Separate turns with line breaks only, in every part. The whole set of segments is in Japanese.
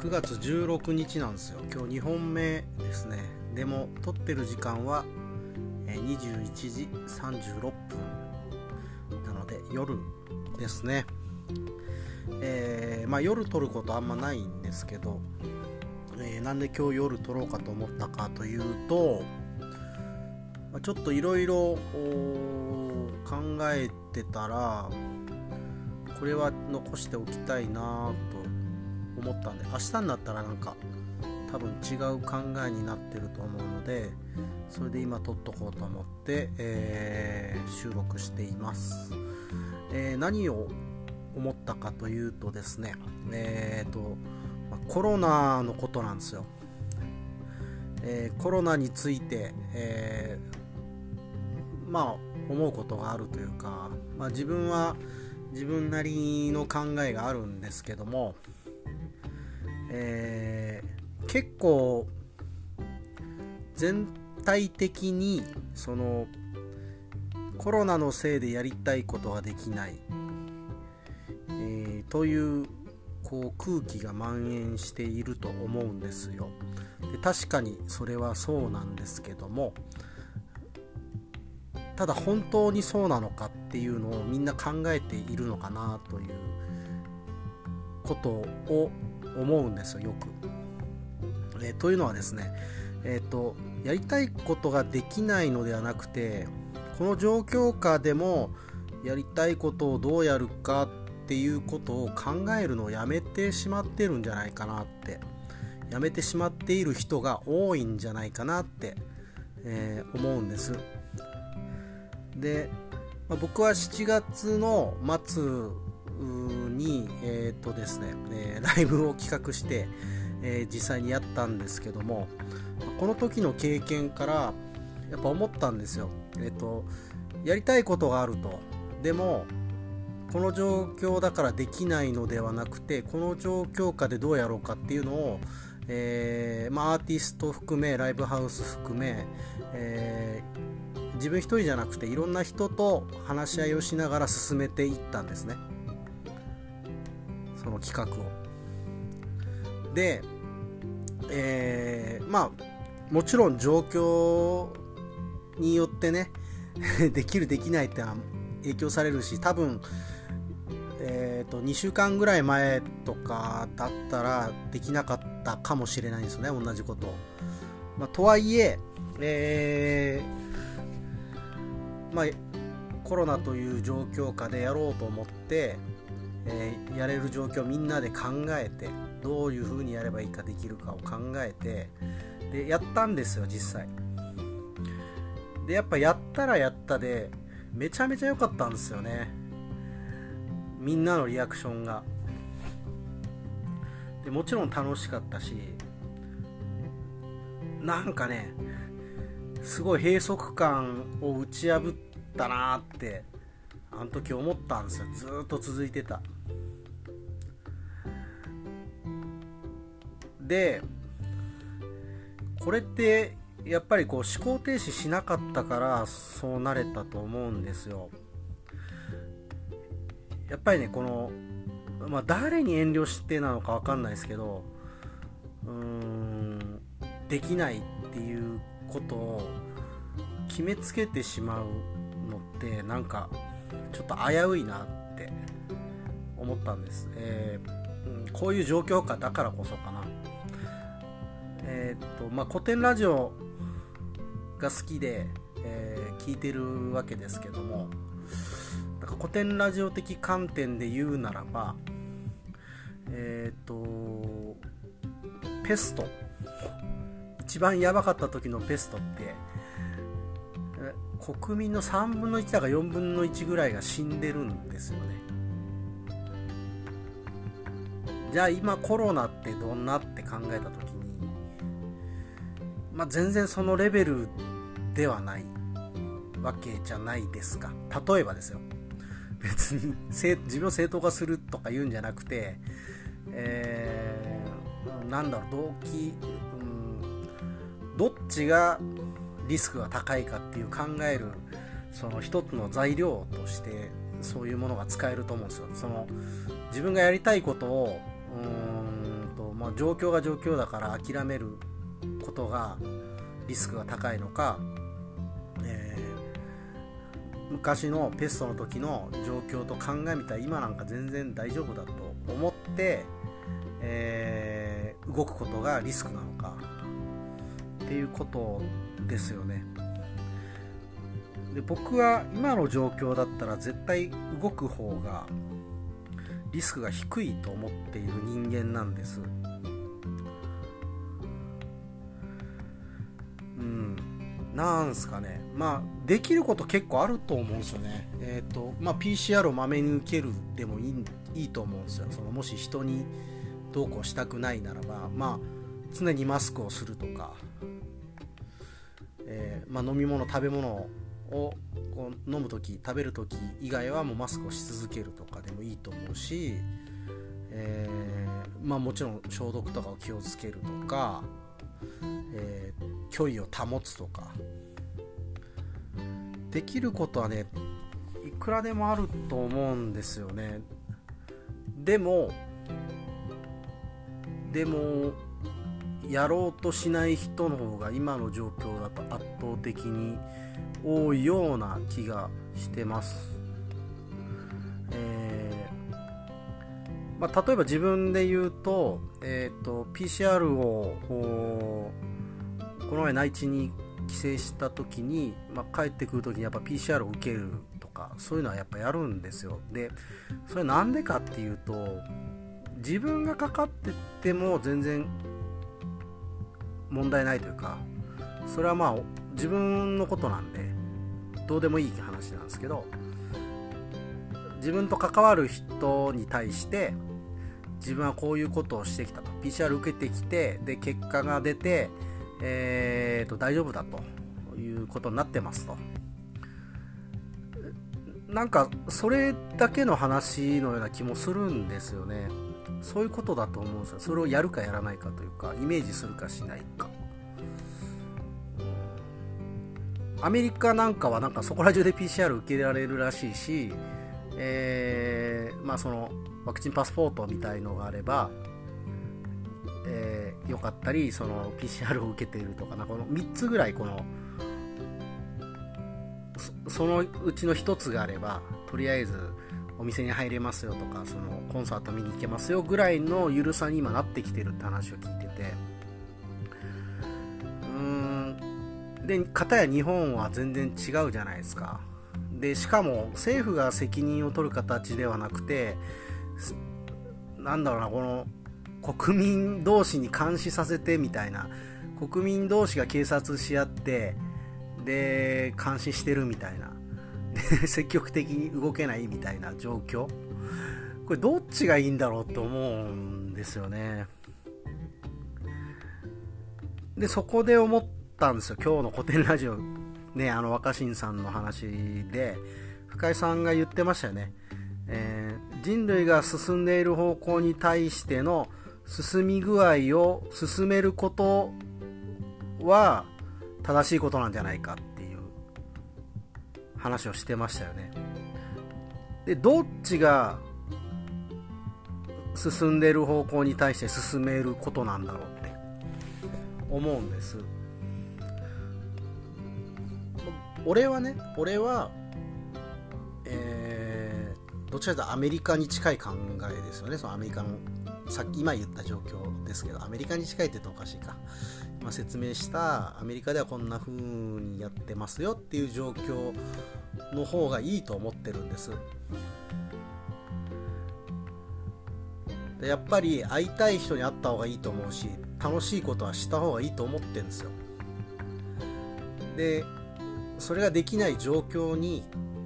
9月16日なんですよ。今日2本目ですね。でも撮ってる時間は21時36分なので夜ですね。夜撮ることあんまないんですけど、なんで今日夜撮ろうかと思ったかというと、ちょっといろいろ考えてたらこれは残しておきたいなと思ったんで、明日になったらなんか多分違う考えになってると思うので、それで今撮っとこうと思って、収録しています。何を思ったかというとですね、コロナのことなんですよ。コロナについて、思うことがあるというか、自分は自分なりの考えがあるんですけども、結構全体的にそのコロナのせいでやりたいことができない、という空気が蔓延していると思うんですよ。で、確かにそれはそうなんですけども、ただ本当にそうなのかっていうのをみんな考えているのかなということを思うんですよ、よく。というのはですね、やりたいことができないのではなくて、この状況下でもやりたいことをどうやるかっていうことを考えるのをやめてしまってるんじゃないかなって、やめてしまっている人が多いんじゃないかなって、思うんです。で、僕は7月の末にですね、ライブを企画して、実際にやったんですけども、この時の経験からやっぱ思ったんですよ。やりたいことがあると。でもこの状況だからできないのではなくて、この状況下でどうやろうかっていうのを、アーティスト含めライブハウス含め、自分一人じゃなくていろんな人と話し合いをしながら進めていったんですね、その企画を。で、もちろん状況によってねできるできないってのは影響されるし、多分2週間ぐらい前とかだったらできなかったかもしれないんですよね、同じことを。とはいえコロナという状況下でやろうと思って、やれる状況をみんなで考えて、どういう風にやればいいかできるかを考えて、でやったんですよ、実際。でやっぱやったらやったでめちゃめちゃ良かったんですよね、みんなのリアクションが。でもちろん楽しかったし、なんかね、すごい閉塞感を打ち破ったなってあの時思ったんですよ。ずっと続いてた。でこれってやっぱり思考停止しなかったからそうなれたと思うんですよ。やっぱりね、誰に遠慮してなのか分かんないですけど、できないっていうことを決めつけてしまうのってなんかちょっと危ういなって思ったんです。こういう状況下だからこそかな。古典ラジオが好きで、聞いてるわけですけども、なんか古典ラジオ的観点で言うならば、ペスト、一番やばかった時のペストって国民の3分の1だか4分の1ぐらいが死んでるんですよね。じゃあ今コロナってどんなって考えた時に、全然そのレベルではないわけじゃないですか。例えばですよ、別に自分を正当化するとか言うんじゃなくて、動機、どっちがリスクが高いかっていう考えるその一つの材料としてそういうものが使えると思うんですよ。自分がやりたいことを状況が状況だから諦めることがリスクが高いのか、昔のペストの時の状況と考えみたら今なんか全然大丈夫だと思って、動くことがリスクなのかっていうことですよね。で、僕は今の状況だったら絶対動く方がリスクが低いと思っている人間なんです。なんすかね、できること結構あると思うんですよね。PCR をまめに受けるでもいいと思うんですよ。もし人にどうこうしたくないならば、常にマスクをするとか、飲み物食べ物をこう飲むとき食べるとき以外はもうマスクをし続けるとかでもいいと思うし、もちろん消毒とかを気をつけるとか、距離を保つとか、できることはねいくらでもあると思うんですよね。でもやろうとしない人の方が今の状況だと圧倒的に多いような気がしてます。例えば自分で言うと、PCR をこの前内地に帰省した時に、帰ってくる時にやっぱ PCR を受けるとかそういうのはやっぱやるんですよ。でそれなんでかっていうと、自分がかかってても全然問題ないというか、それは自分のことなんでどうでもいい話なんですけど、自分と関わる人に対して自分はこういうことをしてきたと、 PCR 受けてきて、で結果が出て、大丈夫だということになってますと、なんかそれだけの話のような気もするんですよね。そういうことだと思うんですよ。それをやるかやらないかというか、イメージするかしないか。アメリカなんかはそこら中で PCR 受けられるらしいし、そのワクチンパスポートみたいのがあれば、よかったり、その PCR を受けているとか、この3つぐらいそのうちの1つがあれば、とりあえずお店に入れますよとか、そのコンサート見に行けますよぐらいの緩さに今なってきてるって話を聞いてて、で片や日本は全然違うじゃないですか。でしかも政府が責任を取る形ではなくて、この国民同士に監視させてみたいな、国民同士が警察し合ってで監視してるみたいな、で積極的に動けないみたいな状況、これどっちがいいんだろうと思うんですよね。でそこで思ったんですよ、今日の古典ラジオね、若新さんの話で深井さんが言ってましたよね。人類が進んでいる方向に対しての進み具合を進めることは正しいことなんじゃないかっていう話をしてましたよね。でどっちが進んでいる方向に対して進めることなんだろうって思うんです。俺はどちらかというとアメリカに近い考えですよね。そのアメリカの今言った状況ですけど、アメリカに近いって言うとおかしいか、説明したアメリカではこんな風にやってますよっていう状況の方がいいと思ってるんです。でやっぱり会いたい人に会った方がいいと思うし、楽しいことはした方がいいと思ってるんですよ。でそれができない状況に、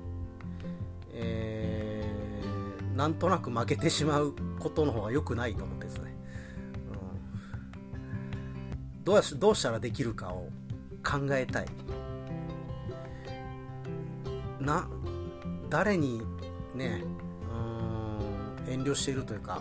なんとなく負けてしまうことの方が良くないと思ってるんですね。どうしたらできるかを考えたい。誰にね、遠慮しているというか、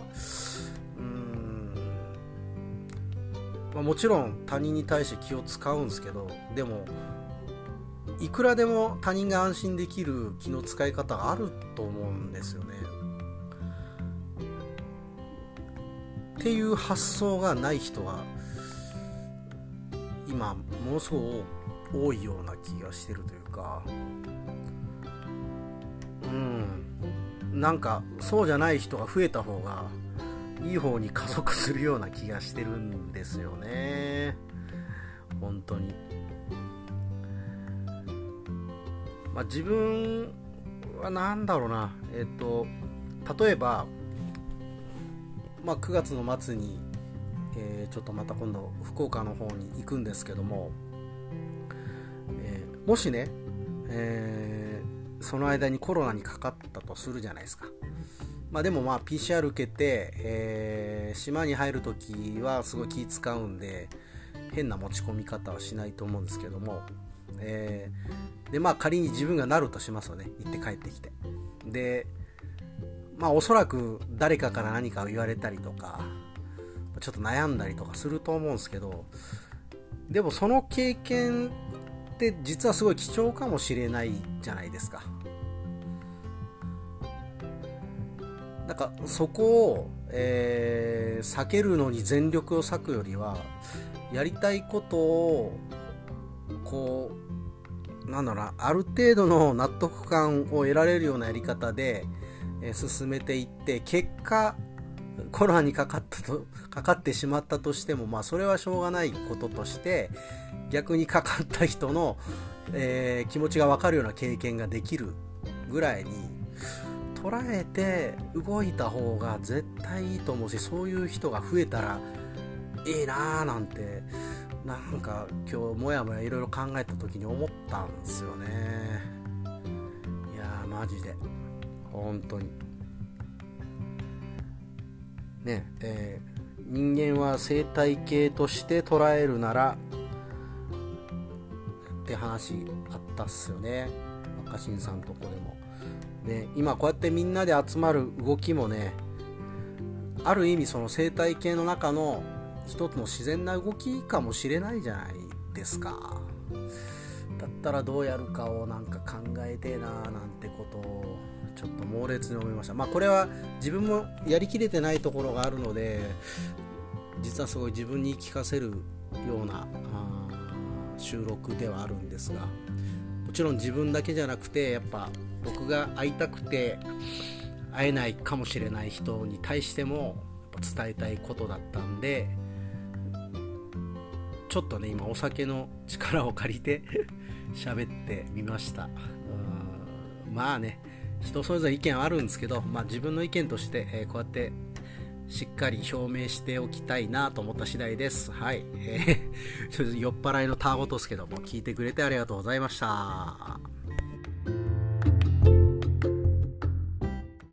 もちろん他人に対して気を使うんですけど、でもいくらでも他人が安心できる気の使い方があると思うんですよね。っっていう発想がない人が今ものすごく多いような気がしてるというか、なんかそうじゃない人が増えた方がいい方に加速するような気がしてるんですよね、本当に。自分はなんだろうな、例えば、9月の末に、ちょっとまた今度福岡の方に行くんですけども、もしね、その間にコロナにかかったとするじゃないですか。でもPCR 受けて、島に入るときはすごい気使うんで変な持ち込み方はしないと思うんですけども、で仮に自分がなるとしますよね。行って帰ってきて、でおそらく誰かから何かを言われたりとかちょっと悩んだりとかすると思うんですけど、でもその経験って実はすごい貴重かもしれないじゃないですか。なんかそこを、避けるのに全力を割くよりは、やりたいことをこうある程度の納得感を得られるようなやり方で、進めていって、結果コロナにかかってしまったとしても、それはしょうがないこととして、逆にかかった人の、気持ちが分かるような経験ができるぐらいに捉えて動いた方が絶対いいと思うし、そういう人が増えたらいいなーなんて、なんか今日もやもやいろいろ考えた時に思ったんですよね。いやーマジで本当にね、人間は生態系として捉えるならって話あったっすよね、若新さんとこでもね。今こうやってみんなで集まる動きもね、ある意味その生態系の中の一つの自然な動きかもしれないじゃないですか。だったらどうやるかをなんか考えてえななんてことをちょっと猛烈に思いました。これは自分もやりきれてないところがあるので、実はすごい自分に言い聞かせるような収録ではあるんですが、もちろん自分だけじゃなくて、やっぱ僕が会いたくて会えないかもしれない人に対しても伝えたいことだったんで、ちょっとね今お酒の力を借りて喋ってみました。人それぞれ意見はあるんですけど、自分の意見として、こうやってしっかり表明しておきたいなと思った次第です。はい、ちょっと酔っ払いのたわごとですけども、聞いてくれてありがとうございました。